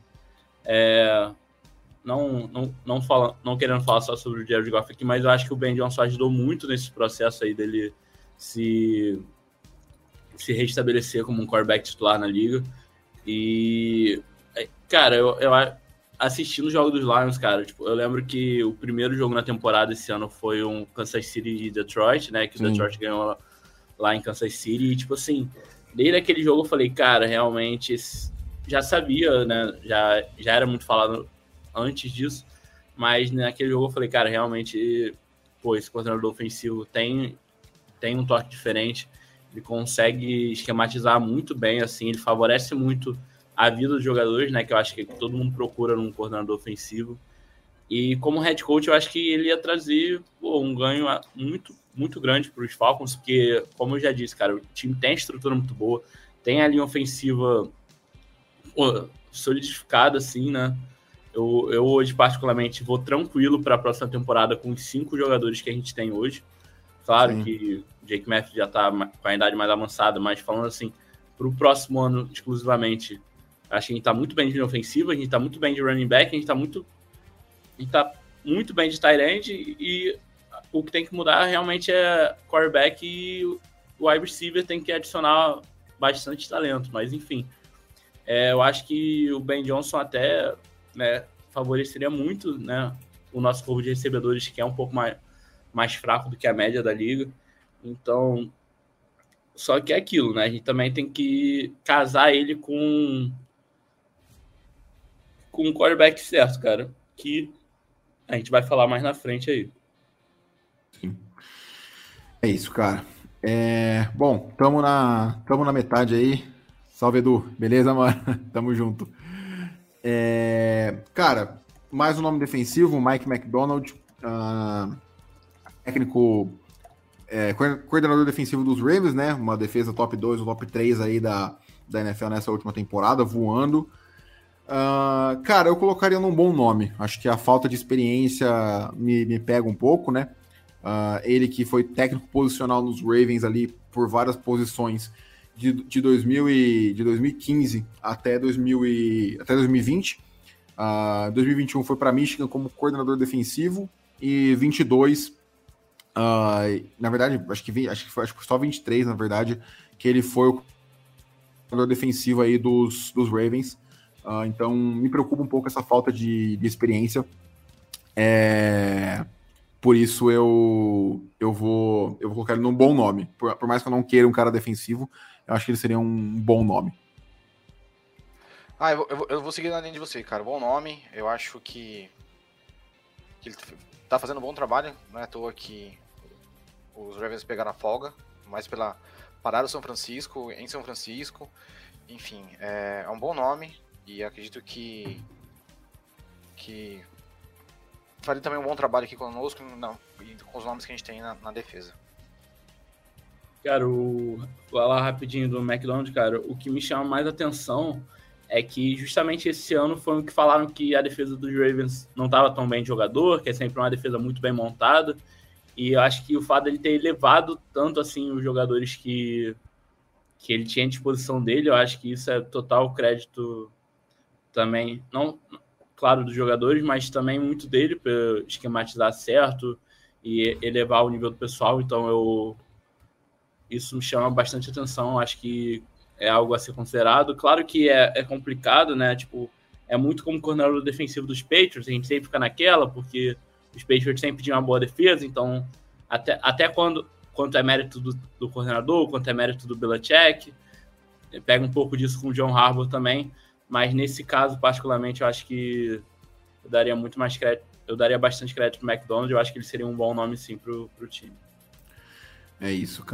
não querendo falar só sobre o Jared Goff aqui, mas eu acho que o Ben Johnson ajudou muito nesse processo aí dele se restabelecer como um quarterback titular na liga. E, cara, eu assistindo o jogo dos Lions, cara, tipo, eu lembro que o primeiro jogo na temporada esse ano foi um Kansas City e Detroit, né, que o Detroit ganhou lá em Kansas City, e tipo assim, desde aquele jogo eu falei, cara, realmente, já sabia, né, já era muito falado antes disso, mas naquele jogo eu falei, cara, realmente, esse coordenador ofensivo tem um toque diferente, ele consegue esquematizar muito bem, assim, ele favorece muito a vida dos jogadores, né, que eu acho que todo mundo procura num coordenador ofensivo. E como head coach, eu acho que ele ia trazer um ganho muito, muito grande para os Falcons, porque, como eu já disse, cara, o time tem estrutura muito boa, tem a linha ofensiva solidificada, assim, né? Eu hoje, particularmente, vou tranquilo para a próxima temporada com os 5 jogadores que a gente tem hoje. Claro que o Jake Matthews já está com a idade mais avançada, mas falando assim, para o próximo ano exclusivamente, acho que a gente está muito bem de linha ofensiva, a gente está muito bem de running back, a gente está muito bem de tight end, e o que tem que mudar realmente é quarterback, e o wide receiver tem que adicionar bastante talento, mas enfim. Eu acho que o Ben Johnson até, né, favoreceria muito, né, o nosso corpo de recebedores, que é um pouco mais fraco do que a média da liga. Então, só que é aquilo, né? A gente também tem que casar ele com um quarterback certo, cara, que a gente vai falar mais na frente aí. Sim. É isso, cara. Bom, tamo na metade aí. Salve, Edu. Beleza, mano? Tamo junto. Cara, mais um nome defensivo, Mike McDonald, técnico, coordenador defensivo dos Ravens, né? Uma defesa top 2 ou top 3 aí da NFL nessa última temporada, voando. Cara, eu colocaria num bom nome. Acho que a falta de experiência me pega um pouco, né? Ele que foi técnico posicional nos Ravens ali por várias posições de 2015 até 2020. 2021 foi para Michigan como coordenador defensivo, e 22, na verdade, acho que foi só 23, na verdade, que ele foi o coordenador defensivo aí dos Ravens. Então, me preocupa um pouco essa falta de experiência. Por isso, eu vou colocar ele num bom nome. Por mais que eu não queira um cara defensivo, eu acho que ele seria um bom nome. Eu vou seguir na linha de você, cara. Bom nome. Eu acho que ele tá fazendo um bom trabalho. Não é à toa que os Ravens pegaram a folga, mas pela parada do São Francisco, em São Francisco. Enfim, é um bom nome. E acredito que faria também um bom trabalho aqui conosco, e com os nomes que a gente tem na defesa. Cara, falar rapidinho do McDonald, cara, o que me chama mais atenção é que justamente esse ano foi o que falaram que a defesa dos Ravens não estava tão bem de jogador, que é sempre uma defesa muito bem montada, e eu acho que o fato dele ter elevado tanto assim os jogadores que ele tinha à disposição dele, eu acho que isso é total crédito também, não, claro, dos jogadores, mas também muito dele para esquematizar certo e elevar o nível do pessoal. Então isso me chama bastante atenção, acho que é algo a ser considerado. Claro que é complicado, né? Tipo, é muito como coordenador defensivo dos Patriots, a gente sempre fica naquela, porque os Patriots sempre tinham uma boa defesa, então até quanto é mérito do coordenador, quanto é mérito do Belichick, pega um pouco disso com o John Harbaugh também, mas nesse caso, particularmente, eu acho que eu daria muito mais crédito, eu daria bastante crédito pro McDonald, eu acho que ele seria um bom nome, sim, pro time. É isso, cara.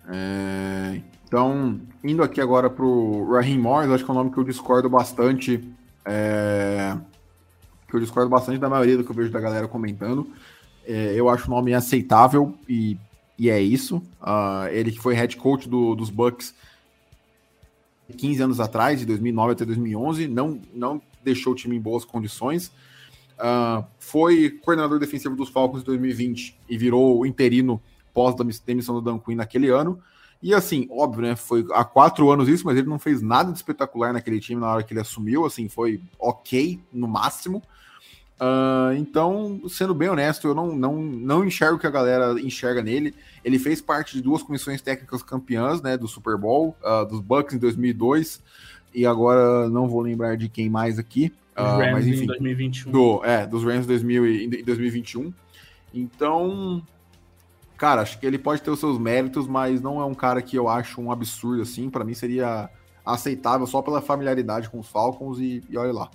Então, indo aqui agora pro Raheem Morris, acho que é um nome que eu discordo bastante. Que eu discordo bastante da maioria do que eu vejo da galera comentando. Eu acho o nome aceitável e é isso. Ele que foi head coach dos Bucks 15 anos atrás, de 2009 até 2011, não deixou o time em boas condições. Foi coordenador defensivo dos Falcons em 2020 e virou interino pós da demissão do Dan Quinn naquele ano. E assim, óbvio, né? Foi há 4 anos isso, mas ele não fez nada de espetacular naquele time na hora que ele assumiu. Assim, foi ok no máximo. Então, sendo bem honesto, eu não enxergo o que a galera enxerga nele. Ele fez parte de 2 comissões técnicas campeãs, né, do Super Bowl, dos Bucks em 2002, e agora não vou lembrar de quem mais aqui. Rams mas enfim, em 2021. Dos Rams em 2021. Então, cara, acho que ele pode ter os seus méritos, mas não é um cara que eu acho um absurdo assim. Para mim seria aceitável só pela familiaridade com os Falcons e olha lá.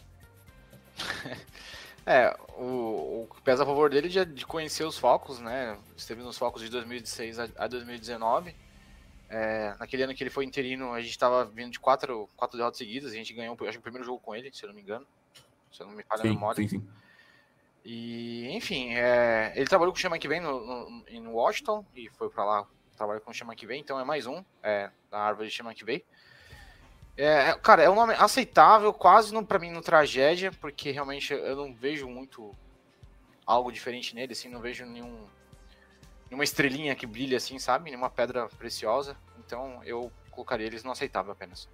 O que pesa a favor dele é de conhecer os Falcons, né? Esteve nos Falcons de 2016 a 2019. Naquele ano que ele foi interino, a gente estava vindo de 4 derrotas seguidas. A gente ganhou, acho que o primeiro jogo com ele, se eu não me engano. Se eu não me falha a memória. Sim. E, enfim, ele trabalhou com o Sean McVay em Washington e foi para lá trabalhar com o Sean McVay. Então é mais um na árvore de Sean McVay. Cara, é um nome aceitável, quase pra mim no tragédia, porque realmente eu não vejo muito algo diferente nele, assim, não vejo nenhuma estrelinha que brilha assim, sabe? Nenhuma pedra preciosa, então eu colocaria eles no aceitável apenas.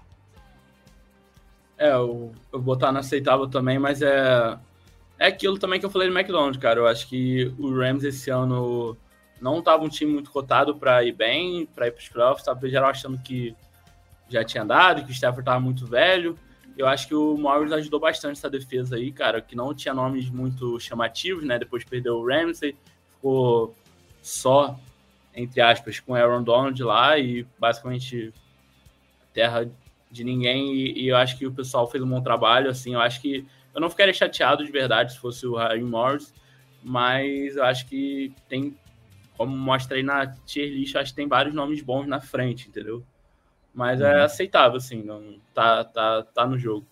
Eu vou botar no aceitável também, mas é aquilo também que eu falei do McDonald's, cara. Eu acho que o Rams esse ano não tava um time muito cotado pra ir bem, pra ir pros playoffs, tava geral achando que já tinha dado, que o Stafford estava muito velho. Eu acho que o Morris ajudou bastante essa defesa aí, cara, que não tinha nomes muito chamativos, né? Depois perdeu o Ramsey, ficou só, entre aspas, com o Aaron Donald lá e basicamente terra de ninguém. E eu acho que o pessoal fez um bom trabalho, assim. Eu acho que eu não ficaria chateado de verdade se fosse o Raheem Morris, mas eu acho que tem, como mostra aí na tier list, acho que tem vários nomes bons na frente, entendeu? Mas é aceitável, assim, não tá no jogo.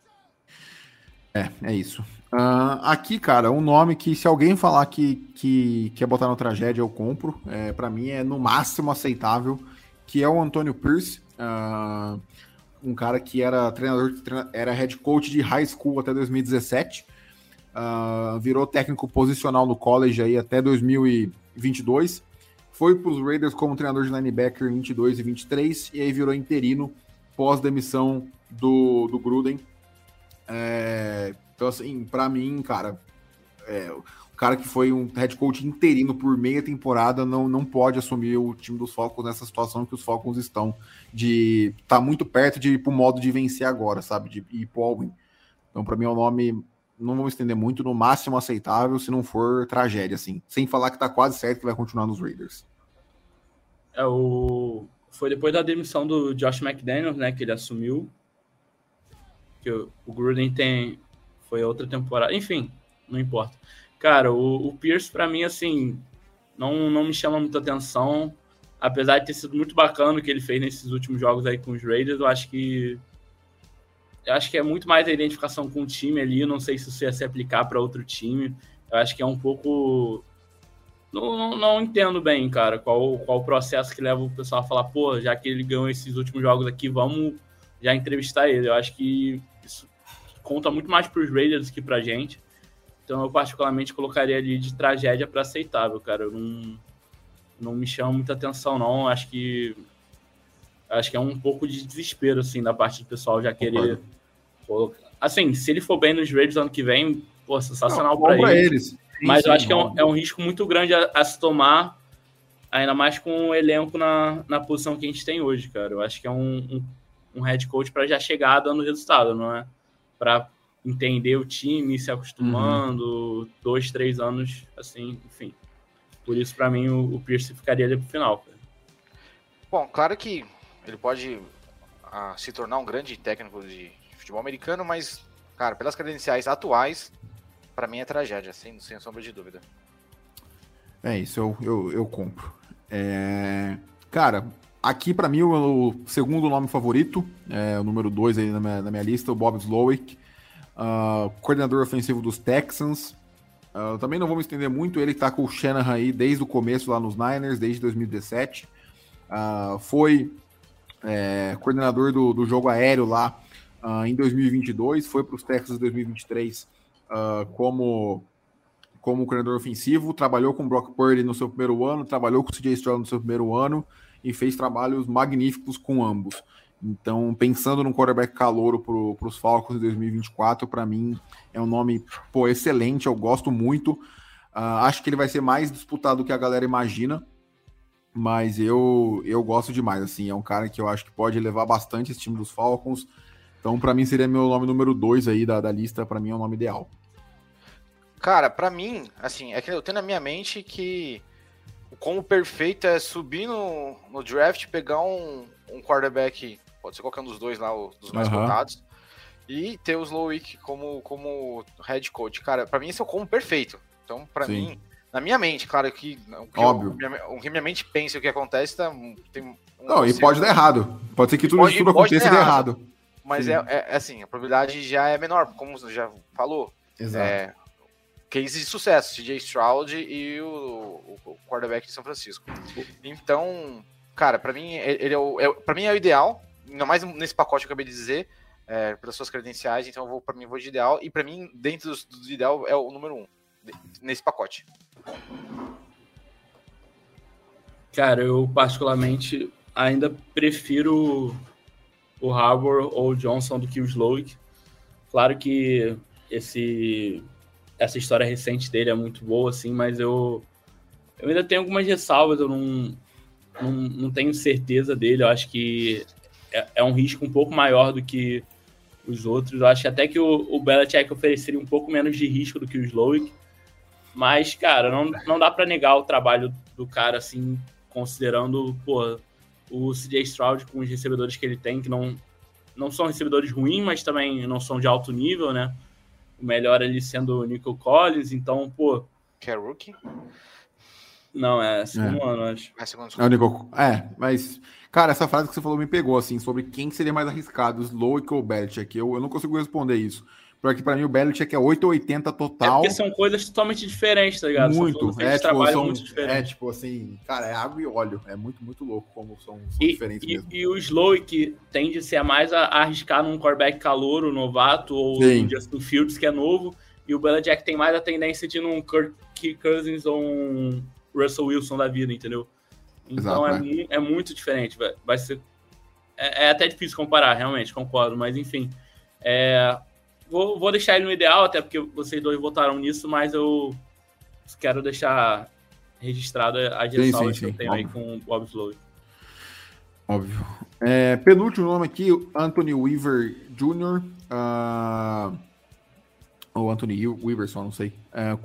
É isso. Aqui, cara, um nome que se alguém falar que quer botar no tragédia, eu compro. Para mim é no máximo aceitável, que é o Antonio Pierce, um cara que era era head coach de high school até 2017, virou técnico posicional no college aí até 2022. Foi para os Raiders como treinador de linebacker em 22 e 23, e aí virou interino pós-demissão do Gruden. Então, assim, para mim, cara, o cara que foi um head coach interino por meia temporada não pode assumir o time dos Falcons nessa situação que os Falcons estão, de tá muito perto de ir pro modo de vencer agora, sabe, de ir pro all-in. Então, para mim, é um nome, não vamos estender muito, no máximo aceitável, se não for tragédia, assim. Sem falar que tá quase certo que vai continuar nos Raiders. Foi depois da demissão do Josh McDaniels, né, que ele assumiu. Que o Gruden foi outra temporada. Enfim, não importa. Cara, o Pierce, pra mim, assim, não me chama muita atenção. Apesar de ter sido muito bacana o que ele fez nesses últimos jogos aí com os Raiders, eu acho que é muito mais a identificação com o time ali. Eu não sei se isso ia se aplicar para outro time. Eu acho que é um pouco... Não entendo bem, cara, qual o processo que leva o pessoal a falar, pô, já que ele ganhou esses últimos jogos aqui, vamos já entrevistar ele. Eu acho que isso conta muito mais para os Raiders que pra gente. Então eu particularmente colocaria ali de tragédia para aceitável, cara. Não me chama muita atenção, não. Acho que é um pouco de desespero, assim, da parte do pessoal já querer... Assim, se ele for bem nos Raiders ano que vem, pô, sensacional para eles. Mas eu acho que é um risco muito grande a se tomar, ainda mais com o elenco na posição que a gente tem hoje, cara. Eu acho que é um head coach para já chegar dando resultado, não é? Para entender o time, se acostumando, 2, 3 anos, assim, enfim. Por isso, para mim, o Pierce ficaria ali pro final, cara. Bom, claro que ele pode se tornar um grande técnico de futebol americano, mas, cara, pelas credenciais atuais, para mim é tragédia, sem sombra de dúvida. Isso, eu compro. Cara, aqui pra mim o segundo nome favorito, o número 2 aí na minha lista, o Bob Slowick, coordenador ofensivo dos Texans. Também não vou me estender muito, ele tá com o Shanahan aí desde o começo lá nos Niners, desde 2017. Foi coordenador do jogo aéreo lá em 2022, foi para os Texans em 2023 como coordenador ofensivo, trabalhou com o Brock Purdy no seu primeiro ano, trabalhou com o CJ Stroud no seu primeiro ano e fez trabalhos magníficos com ambos. Então, pensando num quarterback calouro para os Falcons em 2024, para mim é um nome excelente, eu gosto muito. Acho que ele vai ser mais disputado do que a galera imagina, mas eu gosto demais. Assim, é um cara que eu acho que pode levar bastante esse time dos Falcons. Então, para mim, seria meu nome número 2 aí da lista. Para mim, é o nome ideal. Cara, pra mim, assim, é que eu tenho na minha mente que o combo perfeito é subir no draft, pegar um quarterback, pode ser qualquer um dos dois lá, dos mais cotados, e ter o Slowick como head coach. Cara, pra mim esse é o combo perfeito. Então, pra mim, na minha mente, claro que óbvio. O que minha mente pensa e o que acontece, e pode dar errado. Pode ser que tudo aconteça e dê errado. Mas assim, a probabilidade já é menor, como você já falou. Exato. Case de sucesso, CJ Stroud e o quarterback de São Francisco. Então, cara, pra mim, ele pra mim é o ideal, ainda mais nesse pacote que eu acabei de dizer, pelas suas credenciais, então eu vou de ideal, e pra mim, dentro do ideal, é o número 1, nesse pacote. Cara, eu particularmente ainda prefiro o Harbour ou o Johnson do que o Slowick. Claro que essa história recente dele é muito boa, assim, mas eu ainda tenho algumas ressalvas, eu não tenho certeza dele, eu acho que é um risco um pouco maior do que os outros, eu acho até que o Belichick ofereceria um pouco menos de risco do que o Slowick, mas, cara, não dá pra negar o trabalho do cara, assim, considerando, o CJ Stroud com os recebedores que ele tem, que não são recebedores ruins, mas também não são de alto nível, né? O melhor ali sendo o Nico Collins, então, Que é rookie? Não, é segundo ano, acho. Mas, cara, essa frase que você falou me pegou, assim, sobre quem seria mais arriscado, o Slowick ou o Belichick. Eu não consigo responder isso. Porque pra mim o Belichick é 880 total. Porque são coisas totalmente diferentes, tá ligado? Muito. Muito diferentes. Tipo assim, cara, é água e óleo. É muito, muito louco como são diferentes mesmo. E o Slowick tende a ser mais a arriscar num quarterback calouro, novato, ou no Justin Fields, que é novo. E o Belichick tem mais a tendência de ir num Kirk Cousins ou um Russell Wilson da vida, entendeu? Então é muito diferente. Vai ser... É até difícil comparar, realmente, concordo. Mas, enfim... Vou deixar ele no ideal, até porque vocês dois votaram nisso, mas eu quero deixar registrado as ressalvas que eu tenho aí com o Bob Slowick. Óbvio. Penúltimo nome aqui, Anthony Weaver Jr., ou Anthony Weaver, só não sei.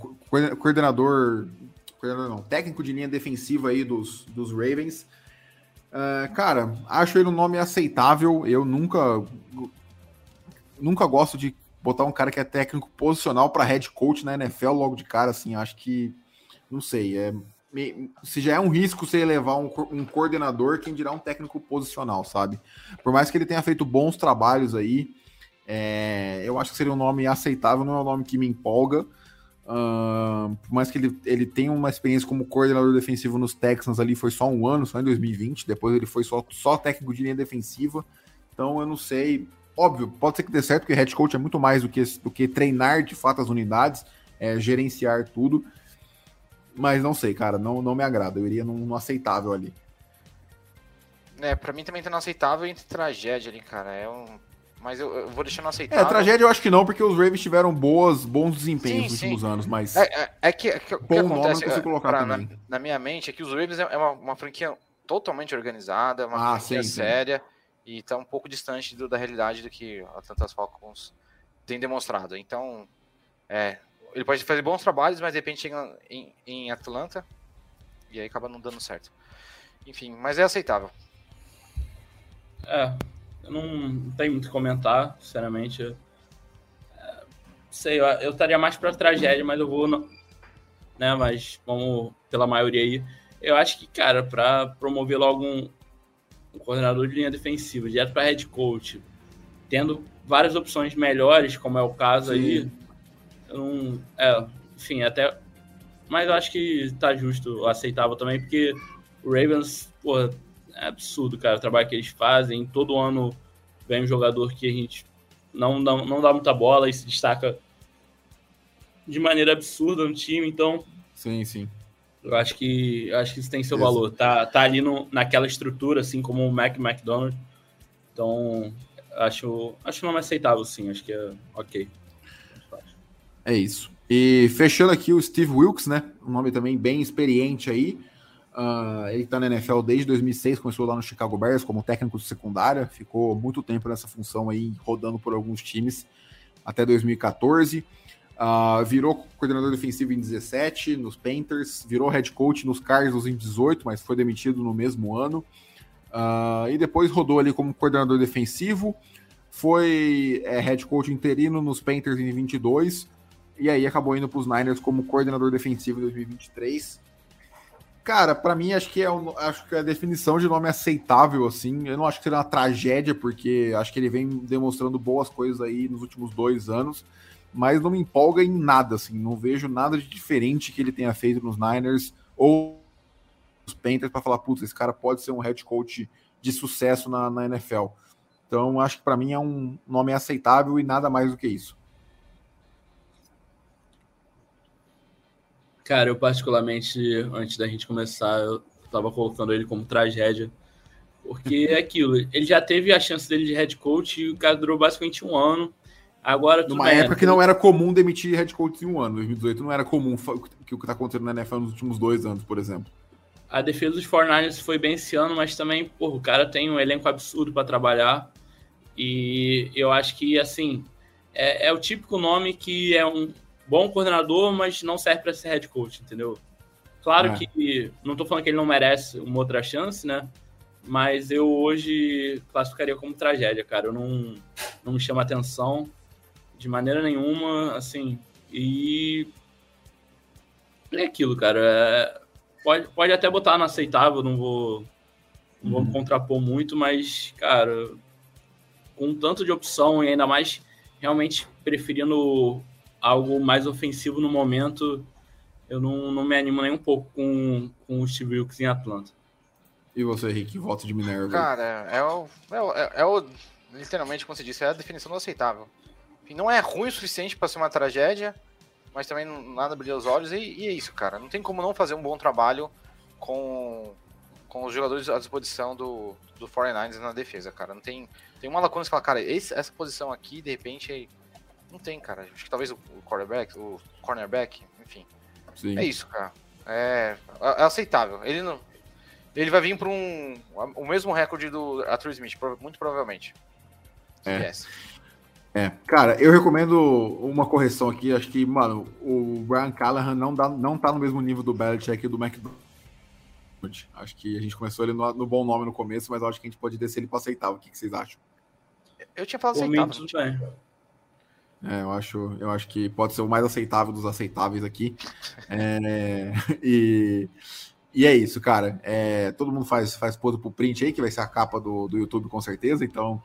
Técnico de linha defensiva aí dos Ravens. Cara, acho ele um nome aceitável. Eu nunca gosto de botar um cara que é técnico posicional para head coach na NFL logo de cara, assim, acho que, não sei, se já é um risco você levar um coordenador, quem dirá um técnico posicional, sabe? Por mais que ele tenha feito bons trabalhos aí, eu acho que seria um nome aceitável, não é um nome que me empolga, por mais que ele tenha uma experiência como coordenador defensivo nos Texans ali, foi só um ano, só em 2020, depois ele foi só técnico de linha defensiva, então eu não sei. Óbvio, pode ser que dê certo, porque head coach é muito mais do que treinar de fato as unidades, gerenciar tudo. Mas não sei, cara, não me agrada. Eu iria no aceitável ali. Pra mim também tá no aceitável entre tragédia ali, cara. Mas eu vou deixar no aceitável. Tragédia eu acho que não, porque os Ravens tiveram bons desempenhos nos últimos anos, mas... O que acontece na minha mente é que os Ravens é uma franquia totalmente organizada, uma franquia séria. E tá um pouco distante da realidade do que a Atlanta Falcons tem demonstrado. Então, ele pode fazer bons trabalhos, mas de repente chega em Atlanta e aí acaba não dando certo. Enfim, mas é aceitável. Eu não tenho muito o que comentar, sinceramente. Sei, eu estaria mais pra tragédia, mas eu vou... Né, mas vamos pela maioria aí. Eu acho que, cara, para promover logo um coordenador de linha defensiva, direto para head coach, tendo várias opções melhores, como é o caso aí, eu não, enfim, até... Mas eu acho que tá justo, aceitável também, porque o Ravens, porra, é absurdo, cara, o trabalho que eles fazem. Todo ano vem um jogador que a gente não dá muita bola e se destaca de maneira absurda no time, então... Sim. Eu acho que isso tem seu valor. Tá ali naquela estrutura, assim como o McDonald. Então, acho o nome aceitável, sim. Acho que é ok. É isso. E fechando aqui o Steve Wilkes, né? Um nome também bem experiente aí. Ele tá na NFL desde 2006, começou lá no Chicago Bears como técnico de secundária. Ficou muito tempo nessa função aí, rodando por alguns times, até 2014. Virou coordenador defensivo em 17 nos Panthers, virou head coach nos Cardinals em 18, mas foi demitido no mesmo ano, e depois rodou ali como coordenador defensivo, foi head coach interino nos Panthers em 22, e aí acabou indo para os Niners como coordenador defensivo em 2023. Cara, para mim acho que é a definição de nome aceitável, assim. Eu não acho que seja uma tragédia, porque acho que ele vem demonstrando boas coisas aí nos últimos 2 anos, mas não me empolga em nada, assim, não vejo nada de diferente que ele tenha feito nos Niners ou nos Panthers para falar, putz, esse cara pode ser um head coach de sucesso na NFL. Então, acho que para mim é um nome aceitável e nada mais do que isso. Cara, eu particularmente, antes da gente começar, eu tava colocando ele como tragédia, porque é aquilo, ele já teve a chance dele de head coach e o cara durou basicamente 1 ano. Agora, numa época que não era comum demitir head coach em 1 ano. 2018 não era comum que o que está acontecendo na NFL nos últimos 2 anos, por exemplo. A defesa dos 49ers foi bem esse ano, mas também, porra, o cara tem um elenco absurdo para trabalhar. E eu acho que, assim, é o típico nome que é um bom coordenador, mas não serve para ser head coach, entendeu? Claro que não estou falando que ele não merece uma outra chance, né? Mas eu hoje classificaria como tragédia, cara. Eu não me chama atenção de maneira nenhuma, assim, e é aquilo, cara, pode até botar no aceitável, não vou me contrapor muito, mas, cara, com tanto de opção e ainda mais realmente preferindo algo mais ofensivo no momento, eu não me animo nem um pouco com o Steve Wilkes em Atlanta. E você, Rick, voto de Minerva? Cara, literalmente, como você disse, é a definição do aceitável. Não é ruim o suficiente para ser uma tragédia, mas também nada brilha os olhos, e é isso, cara. Não tem como não fazer um bom trabalho com os jogadores à disposição do 49ers na defesa, cara. Não tem uma lacuna que você fala, cara, essa posição aqui, de repente, não tem, cara. Acho que talvez o cornerback, enfim. Sim. É isso, cara. É aceitável. Ele vai vir para o mesmo recorde do Arthur Smith, muito provavelmente. Yes. Cara, eu recomendo uma correção aqui. Acho que, mano, o Brian Callahan não tá no mesmo nível do Belichick e do McDonald. Acho que a gente começou ele no bom nome no começo, mas acho que a gente pode descer ele para aceitável. O que vocês acham? Eu tinha falado aceitável. Eu acho que pode ser o mais aceitável dos aceitáveis aqui. E é isso, cara. Todo mundo faz pose pro print aí, que vai ser a capa do YouTube com certeza, então...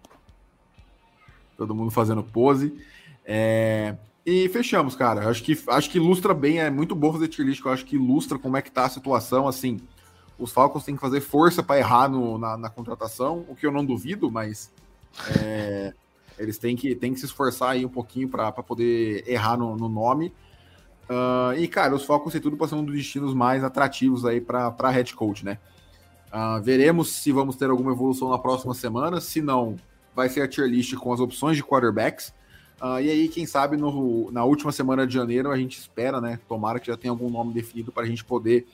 Todo mundo fazendo pose. E fechamos, cara. Acho que ilustra bem, é muito bom fazer tier list, eu acho que ilustra como é que tá a situação, assim. Os Falcons têm que fazer força para errar na contratação, o que eu não duvido, mas eles têm que se esforçar aí um pouquinho para poder errar no nome. E, cara, os Falcons têm tudo para ser um dos destinos mais atrativos aí para head coach, né? Veremos se vamos ter alguma evolução na próxima semana, se não... vai ser a tier list com as opções de quarterbacks. E aí, quem sabe, na última semana de janeiro, a gente espera, né? Tomara que já tenha algum nome definido para a gente poder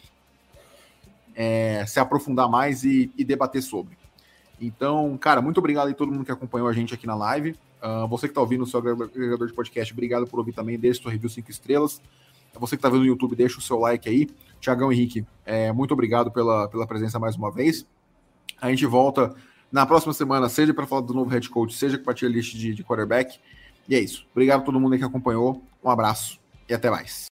se aprofundar mais e debater sobre. Então, cara, muito obrigado a todo mundo que acompanhou a gente aqui na live. Você que está ouvindo o seu agregador de podcast, obrigado por ouvir também. Deixa sua review 5 estrelas. Você que está vendo no YouTube, deixa o seu like aí. Thiagão e Henrique, muito obrigado pela presença mais uma vez. A gente volta na próxima semana, seja para falar do novo head coach, seja para tier list de quarterback. E é isso. Obrigado a todo mundo aí que acompanhou. Um abraço e até mais.